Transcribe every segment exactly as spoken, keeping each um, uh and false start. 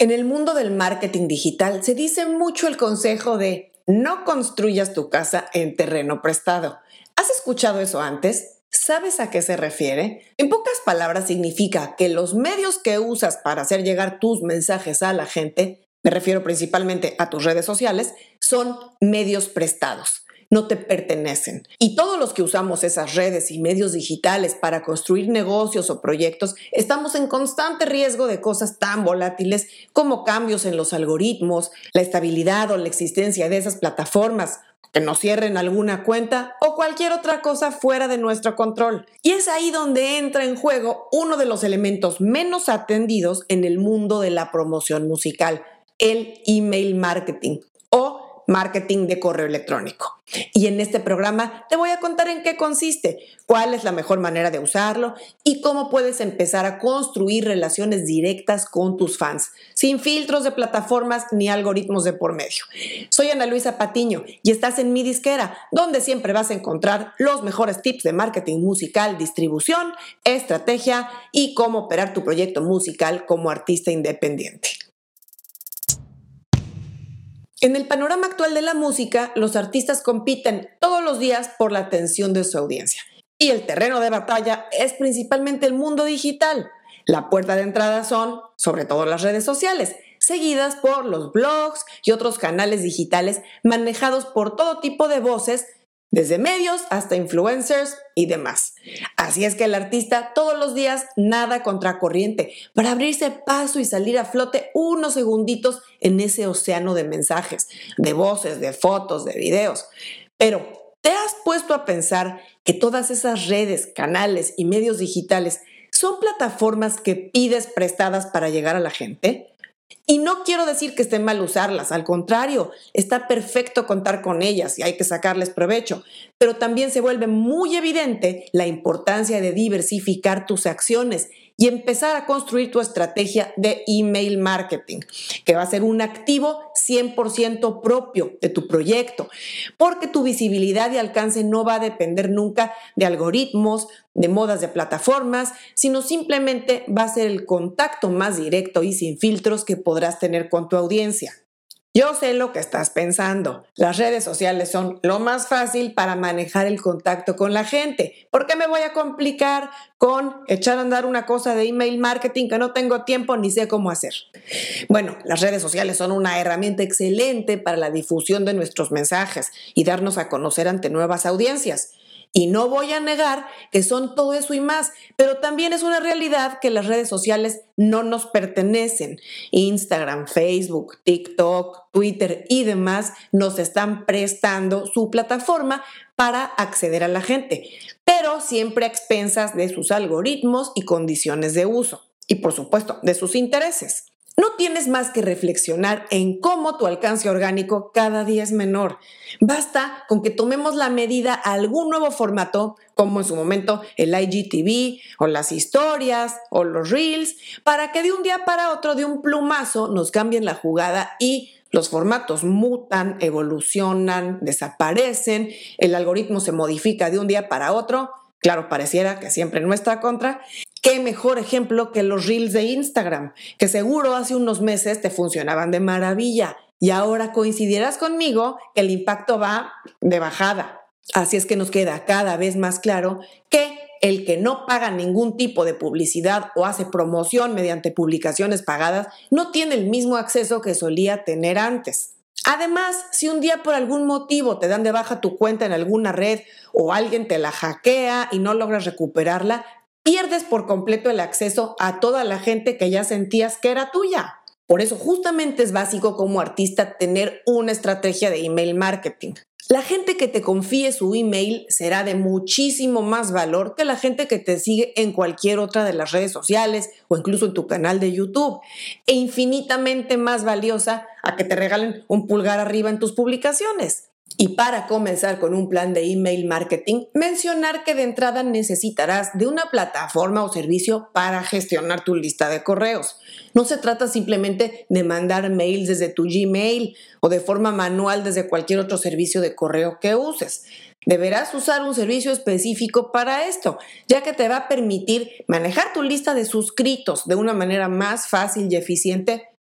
En el mundo del marketing digital se dice mucho el consejo de no construyas tu casa en terreno prestado. ¿Has escuchado eso antes? ¿Sabes a qué se refiere? En pocas palabras significa que los medios que usas para hacer llegar tus mensajes a la gente, me refiero principalmente a tus redes sociales, son medios prestados. No te pertenecen. Y todos los que usamos esas redes y medios digitales para construir negocios o proyectos, estamos en constante riesgo de cosas tan volátiles como cambios en los algoritmos, la estabilidad o la existencia de esas plataformas, que nos cierren alguna cuenta o cualquier otra cosa fuera de nuestro control. Y es ahí donde entra en juego uno de los elementos menos atendidos en el mundo de la promoción musical, el email marketing o marketing de correo electrónico. Y en este programa te voy a contar en qué consiste, cuál es la mejor manera de usarlo y cómo puedes empezar a construir relaciones directas con tus fans, sin filtros de plataformas ni algoritmos de por medio. Soy Ana Luisa Patiño y estás en Mi Disquera, donde siempre vas a encontrar los mejores tips de marketing musical, distribución, estrategia y cómo operar tu proyecto musical como artista independiente. En el panorama actual de la música, los artistas compiten todos los días por la atención de su audiencia. Y el terreno de batalla es principalmente el mundo digital. La puerta de entrada son, sobre todo, las redes sociales, seguidas por los blogs y otros canales digitales manejados por todo tipo de voces, desde medios hasta influencers y demás. Así es que el artista todos los días nada contracorriente para abrirse paso y salir a flote unos segunditos en ese océano de mensajes, de voces, de fotos, de videos. Pero, ¿te has puesto a pensar que todas esas redes, canales y medios digitales son plataformas que pides prestadas para llegar a la gente? Y no quiero decir que esté mal usarlas, al contrario, está perfecto contar con ellas y hay que sacarles provecho, pero también se vuelve muy evidente la importancia de diversificar tus acciones y empezar a construir tu estrategia de email marketing, que va a ser un activo cien por ciento propio de tu proyecto, porque tu visibilidad y alcance no va a depender nunca de algoritmos, de modas de plataformas, sino simplemente va a ser el contacto más directo y sin filtros que podrás tener con tu audiencia. Yo sé lo que estás pensando. Las redes sociales son lo más fácil para manejar el contacto con la gente. ¿Por qué me voy a complicar con echar a andar una cosa de email marketing que no tengo tiempo ni sé cómo hacer? Bueno, las redes sociales son una herramienta excelente para la difusión de nuestros mensajes y darnos a conocer ante nuevas audiencias. Y no voy a negar que son todo eso y más, pero también es una realidad que las redes sociales no nos pertenecen. Instagram, Facebook, TikTok, Twitter y demás nos están prestando su plataforma para acceder a la gente, pero siempre a expensas de sus algoritmos y condiciones de uso. Y por supuesto, de sus intereses. No tienes más que reflexionar en cómo tu alcance orgánico cada día es menor. Basta con que tomemos la medida a algún nuevo formato, como en su momento el I G T V o las historias o los reels, para que de un día para otro, de un plumazo, nos cambien la jugada y los formatos mutan, evolucionan, desaparecen, el algoritmo se modifica de un día para otro. Claro, pareciera que siempre en nuestra contra. ¿Qué mejor ejemplo que los Reels de Instagram? Que seguro hace unos meses te funcionaban de maravilla y ahora coincidirás conmigo que el impacto va de bajada. Así es que nos queda cada vez más claro que el que no paga ningún tipo de publicidad o hace promoción mediante publicaciones pagadas no tiene el mismo acceso que solía tener antes. Además, si un día por algún motivo te dan de baja tu cuenta en alguna red o alguien te la hackea y no logras recuperarla, pierdes por completo el acceso a toda la gente que ya sentías que era tuya. Por eso justamente es básico como artista tener una estrategia de email marketing. La gente que te confíe su email será de muchísimo más valor que la gente que te sigue en cualquier otra de las redes sociales o incluso en tu canal de YouTube, e infinitamente más valiosa a que te regalen un pulgar arriba en tus publicaciones. Y para comenzar con un plan de email marketing, mencionar que de entrada necesitarás de una plataforma o servicio para gestionar tu lista de correos. No se trata simplemente de mandar mails desde tu Gmail o de forma manual desde cualquier otro servicio de correo que uses. Deberás usar un servicio específico para esto, ya que te va a permitir manejar tu lista de suscritos de una manera más fácil y eficiente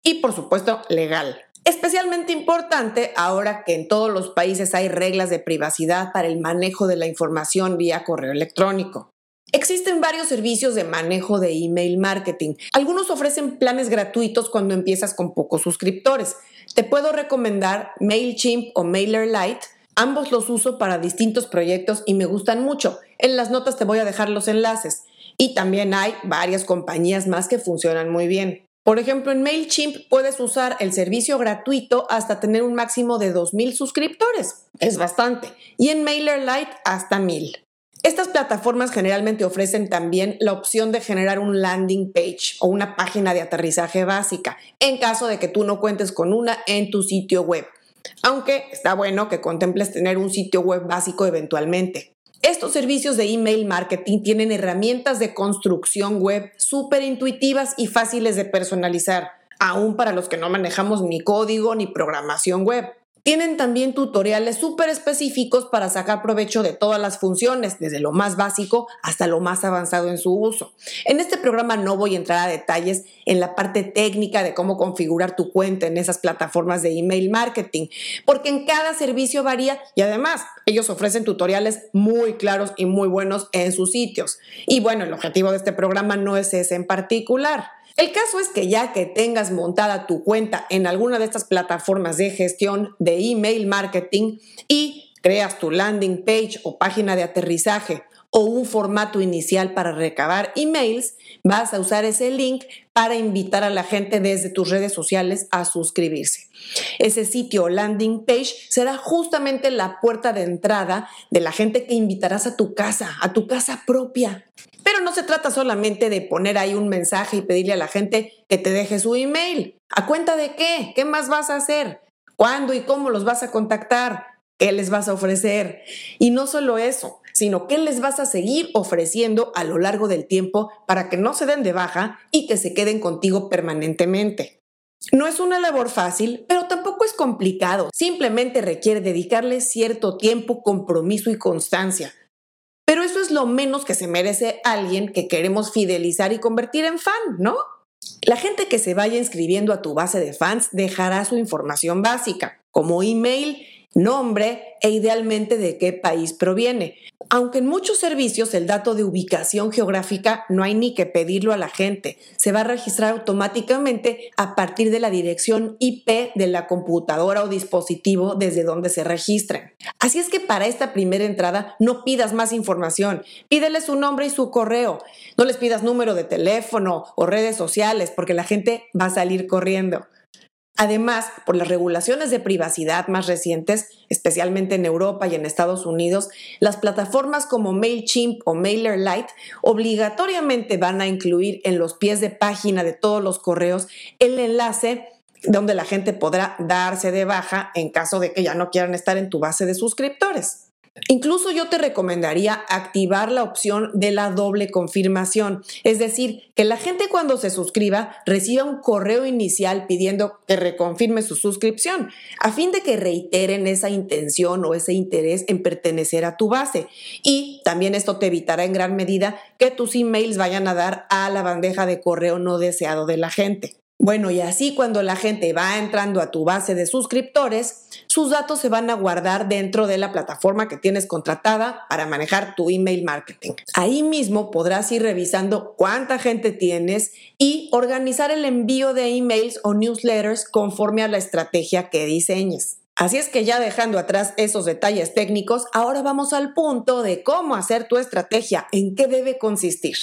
y, por supuesto, legal. Especialmente importante ahora que en todos los países hay reglas de privacidad para el manejo de la información vía correo electrónico. Existen varios servicios de manejo de email marketing. Algunos ofrecen planes gratuitos cuando empiezas con pocos suscriptores. Te puedo recomendar MailChimp o MailerLite. Ambos los uso para distintos proyectos y me gustan mucho. En las notas te voy a dejar los enlaces. Y también hay varias compañías más que funcionan muy bien. Por ejemplo, en MailChimp puedes usar el servicio gratuito hasta tener un máximo de dos mil suscriptores. Es bastante. Y en MailerLite hasta mil. Estas plataformas generalmente ofrecen también la opción de generar un landing page o una página de aterrizaje básica, en caso de que tú no cuentes con una en tu sitio web. Aunque está bueno que contemples tener un sitio web básico eventualmente. Estos servicios de email marketing tienen herramientas de construcción web súper intuitivas y fáciles de personalizar, aún para los que no manejamos ni código ni programación web. Tienen también tutoriales súper específicos para sacar provecho de todas las funciones, desde lo más básico hasta lo más avanzado en su uso. En este programa no voy a entrar a detalles en la parte técnica de cómo configurar tu cuenta en esas plataformas de email marketing, porque en cada servicio varía y además ellos ofrecen tutoriales muy claros y muy buenos en sus sitios. Y bueno, el objetivo de este programa no es ese en particular. El caso es que ya que tengas montada tu cuenta en alguna de estas plataformas de gestión de email marketing y creas tu landing page o página de aterrizaje o un formato inicial para recabar emails, vas a usar ese link para invitar a la gente desde tus redes sociales a suscribirse. Ese sitio o landing page será justamente la puerta de entrada de la gente que invitarás a tu casa, a tu casa propia. Pero no se trata solamente de poner ahí un mensaje y pedirle a la gente que te deje su email. ¿A cuenta de qué? ¿Qué más vas a hacer? ¿Cuándo y cómo los vas a contactar? ¿Qué les vas a ofrecer? Y no solo eso, sino qué les vas a seguir ofreciendo a lo largo del tiempo para que no se den de baja y que se queden contigo permanentemente. No es una labor fácil, pero tampoco es complicado. Simplemente requiere dedicarle cierto tiempo, compromiso y constancia. Pero eso es lo menos que se merece alguien que queremos fidelizar y convertir en fan, ¿no? La gente que se vaya inscribiendo a tu base de fans dejará su información básica, como email, nombre e idealmente de qué país proviene. Aunque en muchos servicios el dato de ubicación geográfica no hay ni que pedirlo a la gente, se va a registrar automáticamente a partir de la dirección I P de la computadora o dispositivo desde donde se registren. Así es que para esta primera entrada no pidas más información, pídeles su nombre y su correo. No les pidas número de teléfono o redes sociales porque la gente va a salir corriendo. Además, por las regulaciones de privacidad más recientes, especialmente en Europa y en Estados Unidos, las plataformas como MailChimp o MailerLite obligatoriamente van a incluir en los pies de página de todos los correos el enlace donde la gente podrá darse de baja en caso de que ya no quieran estar en tu base de suscriptores. Incluso yo te recomendaría activar la opción de la doble confirmación, es decir, que la gente cuando se suscriba reciba un correo inicial pidiendo que reconfirme su suscripción, a fin de que reiteren esa intención o ese interés en pertenecer a tu base. Y también esto te evitará en gran medida que tus emails vayan a dar a la bandeja de correo no deseado de la gente. Bueno, y así cuando la gente va entrando a tu base de suscriptores, sus datos se van a guardar dentro de la plataforma que tienes contratada para manejar tu email marketing. Ahí mismo podrás ir revisando cuánta gente tienes y organizar el envío de emails o newsletters conforme a la estrategia que diseñes. Así es que ya dejando atrás esos detalles técnicos, ahora vamos al punto de cómo hacer tu estrategia, en qué debe consistir.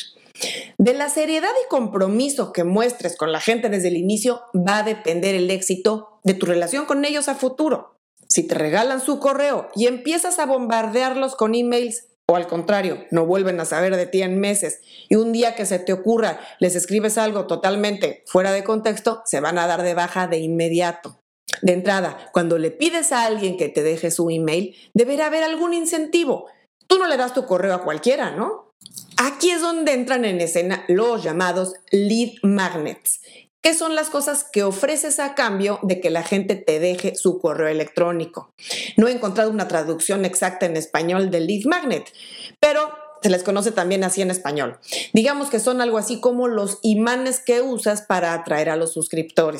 De la seriedad y compromiso que muestres con la gente desde el inicio va a depender el éxito de tu relación con ellos a futuro. Si te regalan su correo y empiezas a bombardearlos con emails, o al contrario, no vuelven a saber de ti en meses y un día que se te ocurra les escribes algo totalmente fuera de contexto, se van a dar de baja de inmediato. De entrada, cuando le pides a alguien que te deje su email, deberá haber algún incentivo. Tú no le das tu correo a cualquiera, ¿no? Aquí es donde entran en escena los llamados lead magnets, que son las cosas que ofreces a cambio de que la gente te deje su correo electrónico. No he encontrado una traducción exacta en español del lead magnet, pero se les conoce también así en español. Digamos que son algo así como los imanes que usas para atraer a los suscriptores.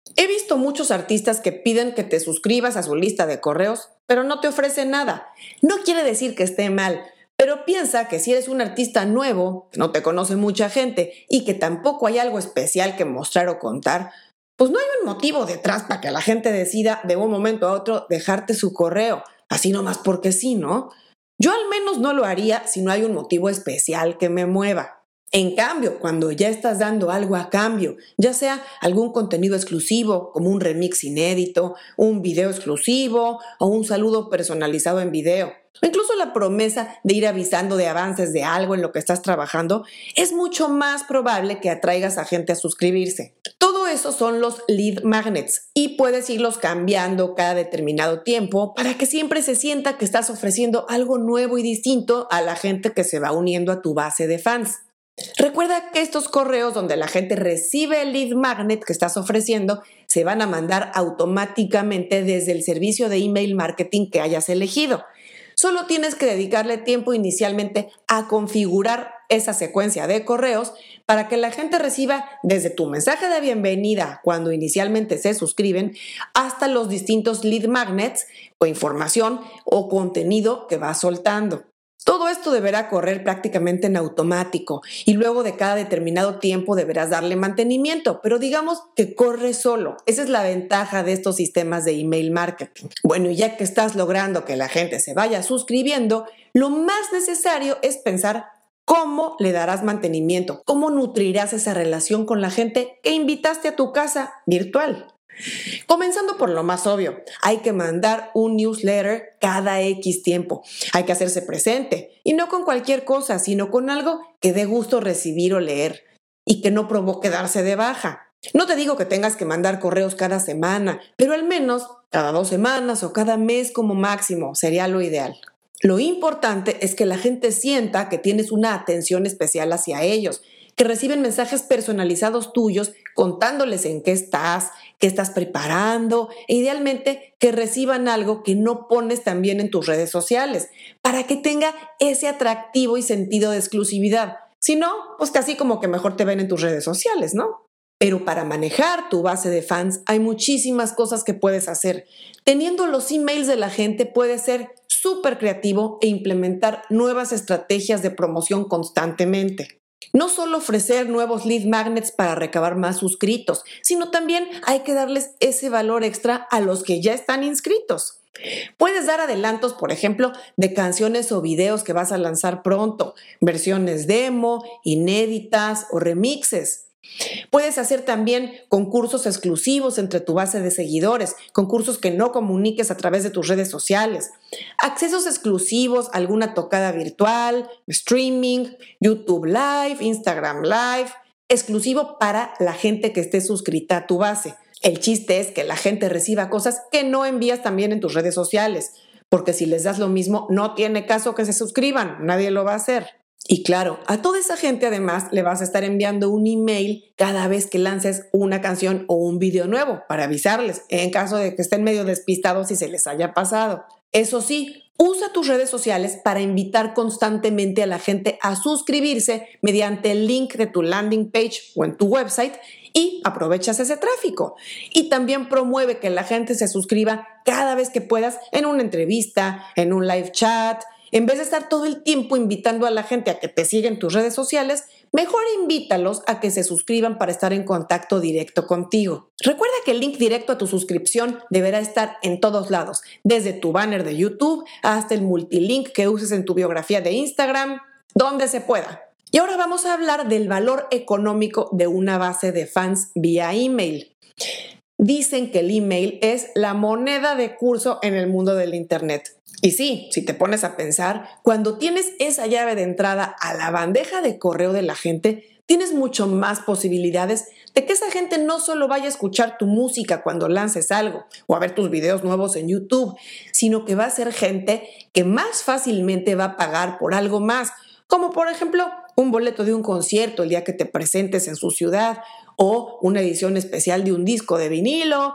He visto muchos artistas que piden que te suscribas a su lista de correos, pero no te ofrecen nada. No quiere decir que esté mal, pero piensa que si eres un artista nuevo, que no te conoce mucha gente y que tampoco hay algo especial que mostrar o contar, pues no hay un motivo detrás para que la gente decida de un momento a otro dejarte su correo, así nomás porque sí, ¿no? Yo al menos no lo haría si no hay un motivo especial que me mueva. En cambio, cuando ya estás dando algo a cambio, ya sea algún contenido exclusivo, como un remix inédito, un video exclusivo o un saludo personalizado en video, o incluso la promesa de ir avisando de avances de algo en lo que estás trabajando, es mucho más probable que atraigas a gente a suscribirse. Todo eso son los lead magnets y puedes irlos cambiando cada determinado tiempo para que siempre se sienta que estás ofreciendo algo nuevo y distinto a la gente que se va uniendo a tu base de fans. Recuerda que estos correos donde la gente recibe el lead magnet que estás ofreciendo se van a mandar automáticamente desde el servicio de email marketing que hayas elegido. Solo tienes que dedicarle tiempo inicialmente a configurar esa secuencia de correos para que la gente reciba desde tu mensaje de bienvenida cuando inicialmente se suscriben hasta los distintos lead magnets o información o contenido que vas soltando. Todo esto deberá correr prácticamente en automático y luego de cada determinado tiempo deberás darle mantenimiento, pero digamos que corre solo. Esa es la ventaja de estos sistemas de email marketing. Bueno, y ya que estás logrando que la gente se vaya suscribiendo, lo más necesario es pensar cómo le darás mantenimiento, cómo nutrirás esa relación con la gente que invitaste a tu casa virtual. Comenzando por lo más obvio, hay que mandar un newsletter cada X tiempo. Hay que hacerse presente y no con cualquier cosa, sino con algo que dé gusto recibir o leer y que no provoque darse de baja. No te digo que tengas que mandar correos cada semana, pero al menos cada dos semanas o cada mes como máximo sería lo ideal. Lo importante es que la gente sienta que tienes una atención especial hacia ellos, que reciben mensajes personalizados tuyos contándoles en qué estás, qué estás preparando e idealmente que reciban algo que no pones también en tus redes sociales para que tenga ese atractivo y sentido de exclusividad. Si no, pues casi como que mejor te ven en tus redes sociales, ¿no? Pero para manejar tu base de fans hay muchísimas cosas que puedes hacer. Teniendo los emails de la gente puede ser súper creativo e implementar nuevas estrategias de promoción constantemente. No solo ofrecer nuevos lead magnets para recabar más suscritos, sino también hay que darles ese valor extra a los que ya están inscritos. Puedes dar adelantos, por ejemplo, de canciones o videos que vas a lanzar pronto, versiones demo, inéditas o remixes. Puedes hacer también concursos exclusivos entre tu base de seguidores, concursos que no comuniques a través de tus redes sociales, accesos exclusivos a alguna tocada virtual, streaming, YouTube Live, Instagram Live, exclusivo para la gente que esté suscrita a tu base. El chiste es que la gente reciba cosas que no envías también en tus redes sociales, porque si les das lo mismo, no tiene caso que se suscriban, nadie lo va a hacer. Y claro, a toda esa gente además le vas a estar enviando un email cada vez que lances una canción o un video nuevo para avisarles en caso de que estén medio despistados y se les haya pasado. Eso sí, usa tus redes sociales para invitar constantemente a la gente a suscribirse mediante el link de tu landing page o en tu website y aprovechas ese tráfico. Y también promueve que la gente se suscriba cada vez que puedas en una entrevista, en un live chat. En vez de estar todo el tiempo invitando a la gente a que te siga en tus redes sociales, mejor invítalos a que se suscriban para estar en contacto directo contigo. Recuerda que el link directo a tu suscripción deberá estar en todos lados, desde tu banner de YouTube hasta el multilink que uses en tu biografía de Instagram, donde se pueda. Y ahora vamos a hablar del valor económico de una base de fans vía email. Dicen que el email es la moneda de curso en el mundo del Internet. Y sí, si te pones a pensar, cuando tienes esa llave de entrada a la bandeja de correo de la gente, tienes mucho más posibilidades de que esa gente no solo vaya a escuchar tu música cuando lances algo o a ver tus videos nuevos en YouTube, sino que va a ser gente que más fácilmente va a pagar por algo más, como por ejemplo un boleto de un concierto el día que te presentes en su ciudad, o una edición especial de un disco de vinilo,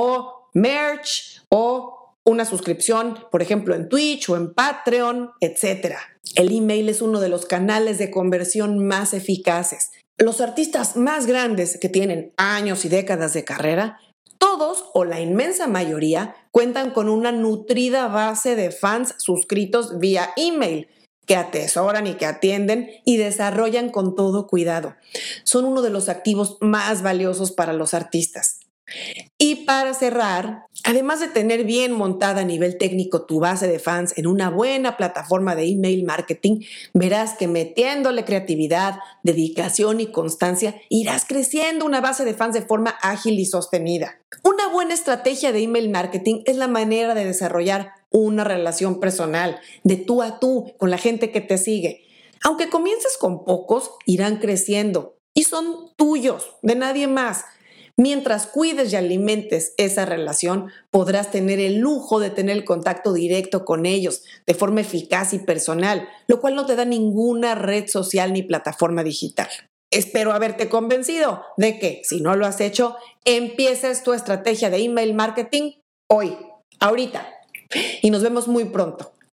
o merch, o una suscripción, por ejemplo, en Twitch o en Patreon, etcétera. El email es uno de los canales de conversión más eficaces. Los artistas más grandes que tienen años y décadas de carrera todos o la inmensa mayoría cuentan con una nutrida base de fans suscritos vía email, que atesoran y que atienden y desarrollan con todo cuidado. Son uno de los activos más valiosos para los artistas. Y para cerrar, además de tener bien montada a nivel técnico tu base de fans en una buena plataforma de email marketing, verás que metiéndole creatividad, dedicación y constancia, irás creciendo una base de fans de forma ágil y sostenida. Una buena estrategia de email marketing es la manera de desarrollar una relación personal, de tú a tú, con la gente que te sigue. Aunque comiences con pocos, irán creciendo y son tuyos, de nadie más. Mientras cuides y alimentes esa relación, podrás tener el lujo de tener el contacto directo con ellos de forma eficaz y personal, lo cual no te da ninguna red social ni plataforma digital. Espero haberte convencido de que, si no lo has hecho, empieces tu estrategia de email marketing hoy, ahorita. Y nos vemos muy pronto.